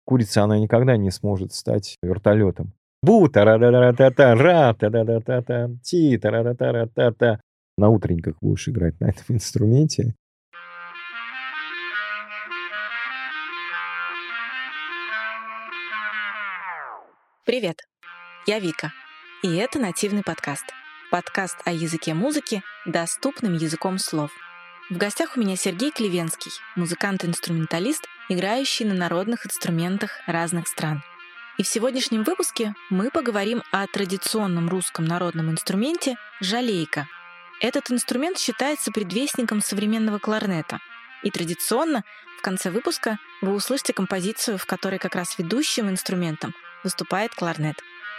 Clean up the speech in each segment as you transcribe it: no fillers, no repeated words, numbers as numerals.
курица, она никогда не сможет стать вертолетом. Бу, тара-ра-ра-та-та, ра, та-да-да-та-та, ти, тара-ра-та-ра-та-та. На утренниках будешь играть на этом инструменте. Привет, я Вика, и это нативный подкаст. Подкаст о языке музыки доступным языком слов. В гостях у меня Сергей Клевенский, музыкант-инструменталист, играющий на народных инструментах разных стран. И в сегодняшнем выпуске мы поговорим о традиционном русском народном инструменте жалейка. Этот инструмент считается предвестником современного кларнета. И традиционно в конце выпуска вы услышите композицию, в которой как раз ведущим инструментом выступает кларнет.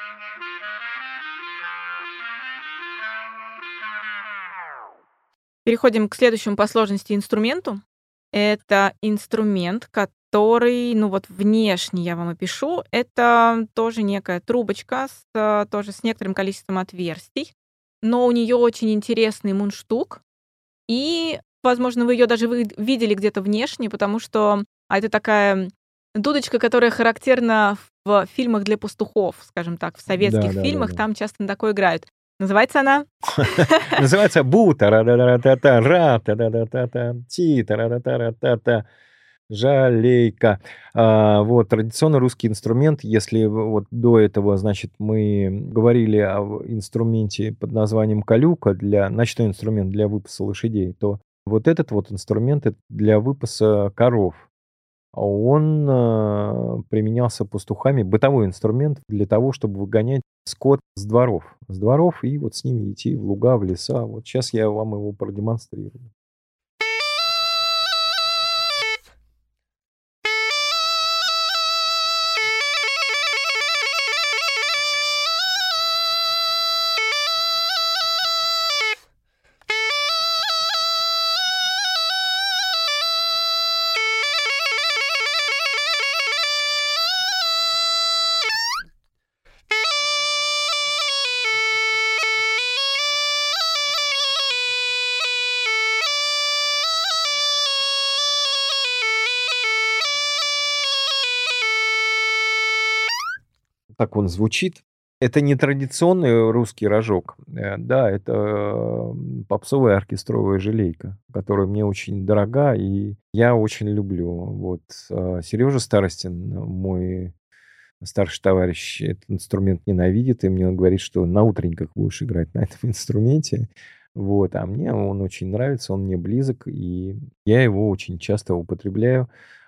Переходим к следующему по сложности инструменту. Это инструмент, который, внешне я вам опишу. Это тоже некая трубочка тоже с некоторым количеством отверстий, но у нее очень интересный мундштук. И, возможно, вы ее даже видели где-то внешне, потому что это такая дудочка, которая характерна в фильмах для пастухов, скажем так, в советских фильмах. Там часто на такое играют. Называется она? Называется бу, тара-ра-ра-та-та, ра, та-да-да-та-та, ти, тара-ра-та-ра-та-та, жалейка. Традиционный русский инструмент. Если вот до этого, значит, мы говорили о инструменте под названием калюка, ночной инструмент для выпаса лошадей, то вот этот вот инструмент для выпаса коров. Он применялся пастухами, бытовой инструмент для того, чтобы выгонять скот с дворов. И вот с ними идти в луга, в леса. Вот сейчас я вам его продемонстрирую. Так он звучит. Это не традиционный русский рожок. Да, это попсовая оркестровая жалейка, которая мне очень дорога, и я очень люблю. Вот Сережа Старостин, мой старший товарищ, этот инструмент ненавидит, и мне говорит, что на утренниках будешь играть на этом инструменте. Вот, а мне он очень нравится, он мне близок, и я его очень часто употребляю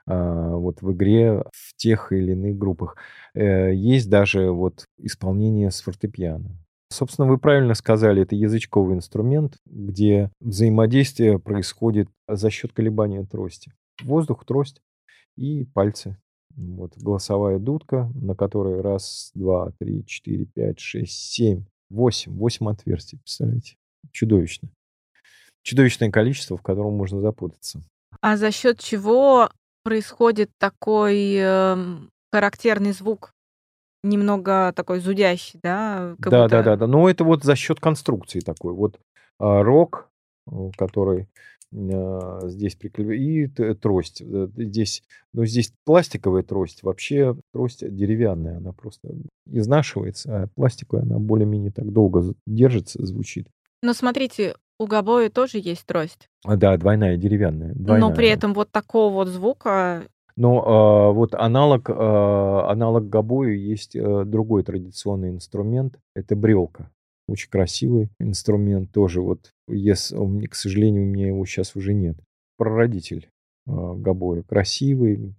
вот в игре в тех или иных группах. Есть даже вот исполнение с фортепиано. Собственно, вы правильно сказали, это язычковый инструмент, где взаимодействие происходит за счет колебания трости. Воздух, трость и пальцы. Вот голосовая дудка, на которой 1, 2, 3, 4, 5, 6, 7, 8. 8 отверстий, представляете? Чудовищно. Чудовищное количество, в котором можно запутаться. А за счет чего происходит такой характерный звук? Немного такой зудящий, да? Да. Но это вот за счет конструкции такой. Вот рог, который здесь приклеен, и трость. Здесь пластиковая трость. Вообще трость деревянная, она просто изнашивается, а пластиковая, она более-менее так долго держится, звучит. Но смотрите, у гобоя тоже есть трость. Да, двойная, деревянная. Но при этом вот такого вот звука... Но вот аналог гобою есть другой традиционный инструмент. Это брелка. Очень красивый инструмент тоже. Вот, к сожалению, у меня его сейчас уже нет. Прародитель гобоя. Красивый.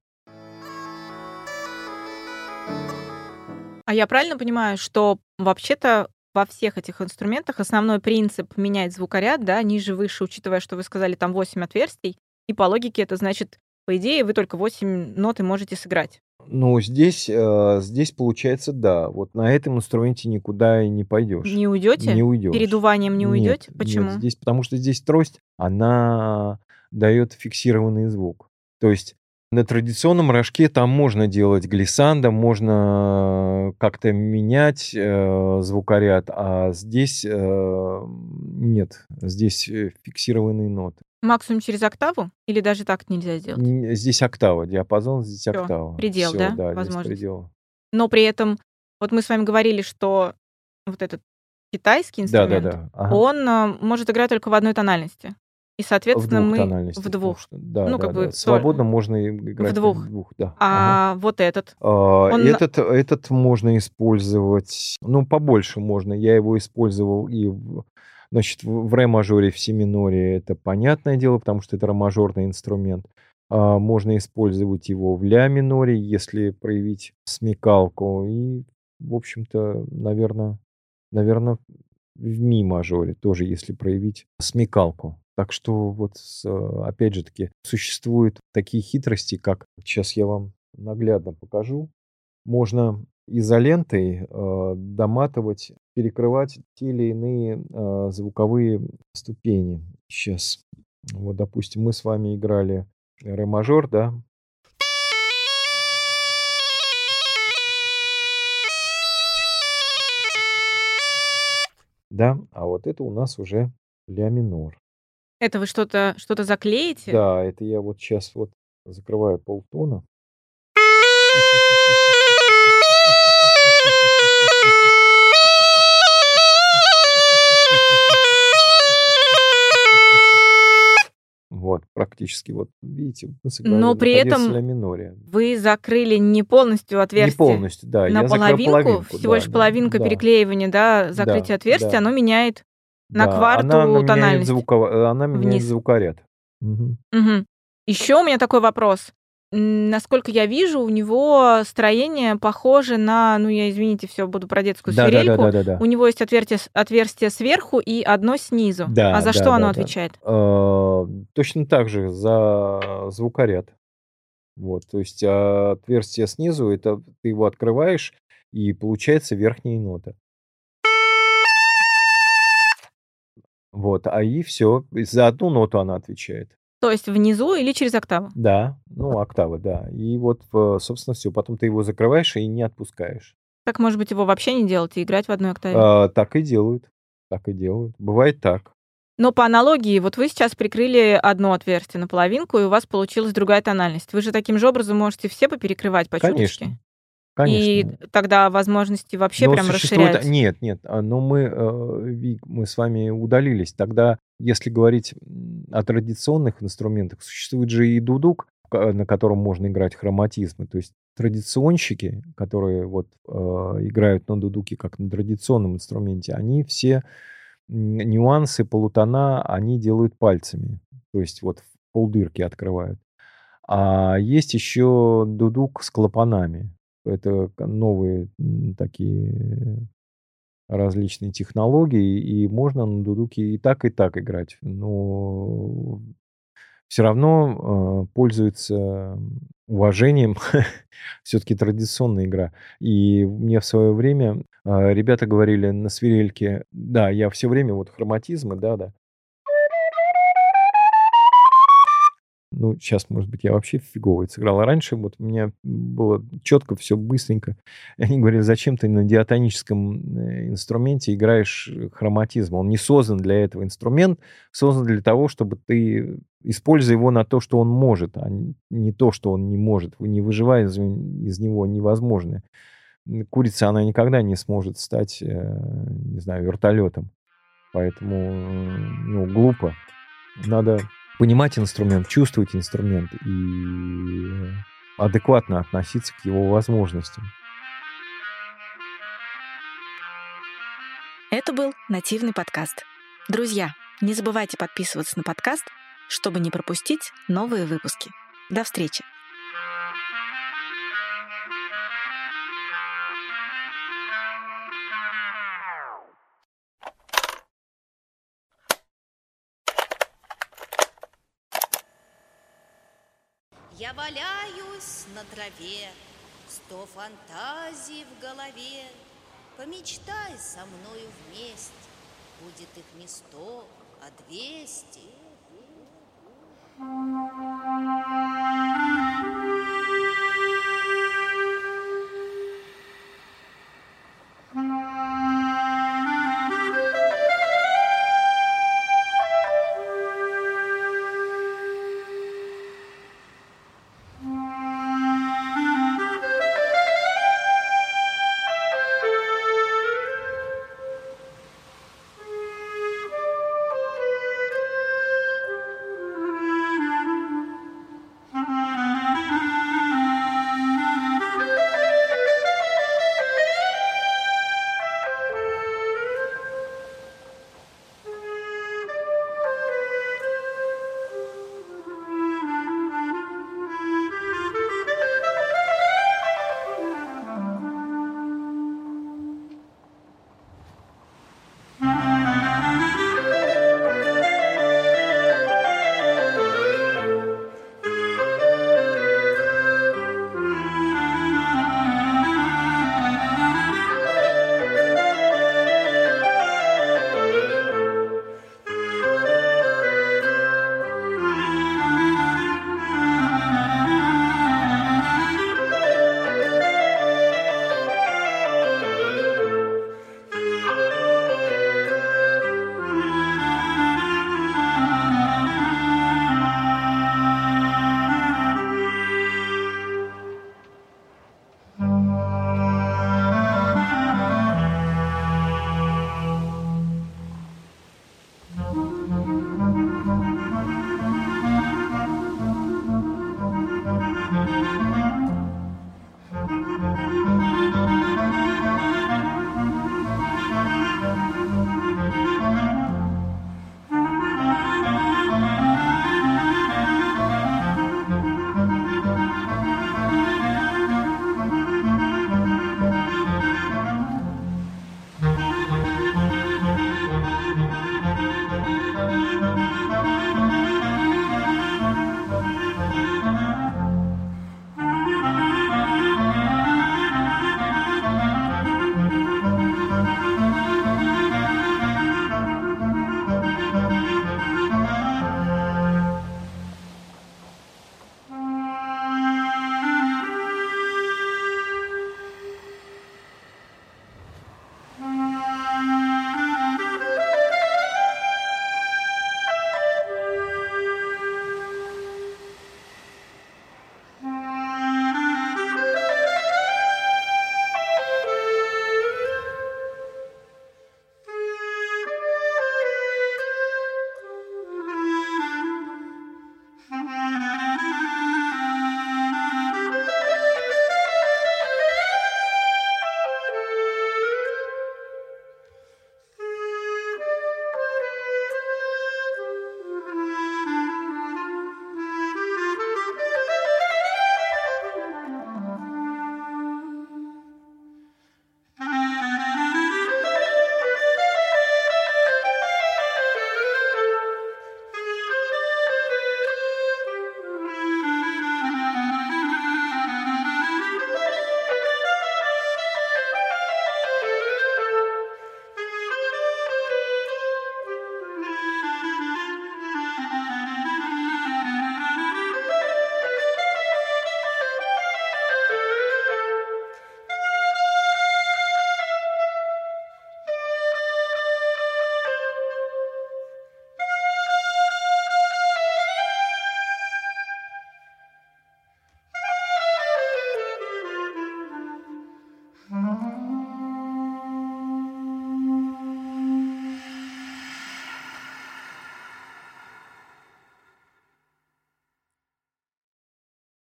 А я правильно понимаю, что вообще-то во всех этих инструментах основной принцип менять звукоряд, да, ниже, выше, учитывая, что вы сказали, там 8 отверстий, и по логике это значит, по идее, вы только 8 ноты можете сыграть. Ну, здесь получается, да. Вот на этом инструменте никуда и не пойдешь. Не уйдете? Не уйдешь. Передуванием не уйдете? Нет, Почему? Нет, здесь, потому что здесь трость, она дает фиксированный звук. То есть на традиционном рожке там можно делать глиссандо, можно как-то менять звукоряд, а здесь нет. Здесь фиксированные ноты. Максимум через октаву? Или даже так нельзя сделать? Здесь октава, диапазон здесь Всё, октава. предел, Все, да, да, здесь возможностей? предел. Но при этом, вот мы с вами говорили, что вот этот китайский инструмент, Да-да-да. Ага. он, может играть только в одной тональности. И, В соответственно, 2 мы в тональностях 2. можно. Ну, как Да-да-да. бы то Свободно можно в играть в 2. 2, да. Ага. А вот этот, он Этот можно использовать, ну, побольше можно. Я его использовал и в ре мажоре, в си миноре. Это понятное дело, потому что это ре-мажорный инструмент. Можно использовать его в ля миноре, если проявить смекалку. И, в общем-то, наверно, в ми мажоре тоже, если проявить смекалку. Так что вот, опять же таки, существуют такие хитрости, как сейчас я вам наглядно покажу. Можно изолентой, доматывать, перекрывать те или иные, звуковые ступени. Сейчас, вот, допустим, мы с вами играли ре мажор, да? Да, а вот это у нас уже ля минор. Это вы что-то заклеите? Да, это я вот сейчас вот закрываю полтона. Вот, практически, вот видите, мы сыграли Но на при fa диез этом ля миноре. вы закрыли не полностью Не отверстие полностью, да, я закрыл наполовинку, половинку, всего да, лишь да, половинка да, переклеивания, да, да, закрытие отверстия, да, оно меняет на да. кварту тональность Она меняет вниз. звукоряд. Мгм. Мгм. Еще у меня такой вопрос. Насколько я вижу, у него строение похоже на, ну, я, извините, все буду про детскую свирельку. Да-да-да-да-да-да. У него есть отверстие сверху и одно снизу. А Да, за что оно да-да-да. отвечает? Точно так же за звукоряд. Вот, то есть, отверстие снизу — это ты его открываешь, и получается верхняя нота. Вот, и всё. За одну ноту она отвечает. То есть внизу или через октаву? Да, ну, октавы, да. И вот, собственно, все. Потом ты его закрываешь и не отпускаешь. Так, может быть, его вообще не делать и играть в одной октаве? Так и делают. Так и делают. Бывает так. Но по аналогии, вот вы сейчас прикрыли одно отверстие на половинку, и у вас получилась другая тональность. Вы же таким же образом можете все поперекрывать по чуточке. Конечно, И конечно. тогда возможности вообще Но прям существует расширяются. нет, нет, но мы с вами удалились. Тогда, если говорить, о традиционных инструментах, существует же и дудук, на котором можно играть хроматизмы. То есть традиционщики, которые вот, играют на дудуке как на традиционном инструменте, они все, нюансы, полутона они делают пальцами. То есть вот в полдырки открывают. А есть еще дудук с клапанами. Это новые, такие различные технологии, и можно на дудуке и так играть. Но все равно, пользуется уважением все-таки традиционная игра. И мне в свое время, ребята говорили на свирельке, да, я все время вот хроматизмы, да-да. Ну, сейчас, может быть, я вообще фигово это сыграл. А раньше вот у меня было четко, все быстренько. И они говорили: "Зачем ты на диатоническом, инструменте играешь, хроматизм? Он не создан для этого. Инструмент создан для того, чтобы ты используй его на то, что он может, а не то, что он не может. Не выживая из него невозможно. Курица, она никогда не сможет стать, не знаю, вертолетом. Поэтому, ну, глупо. Надо понимать инструмент, чувствовать инструмент и адекватно относиться к его возможностям". Это был нативный подкаст. Друзья, не забывайте подписываться на подкаст, чтобы не пропустить новые выпуски. До встречи! Я валяюсь на траве, 100 фантазий в голове. Помечтай со мною вместе, будет их не 100, а 200.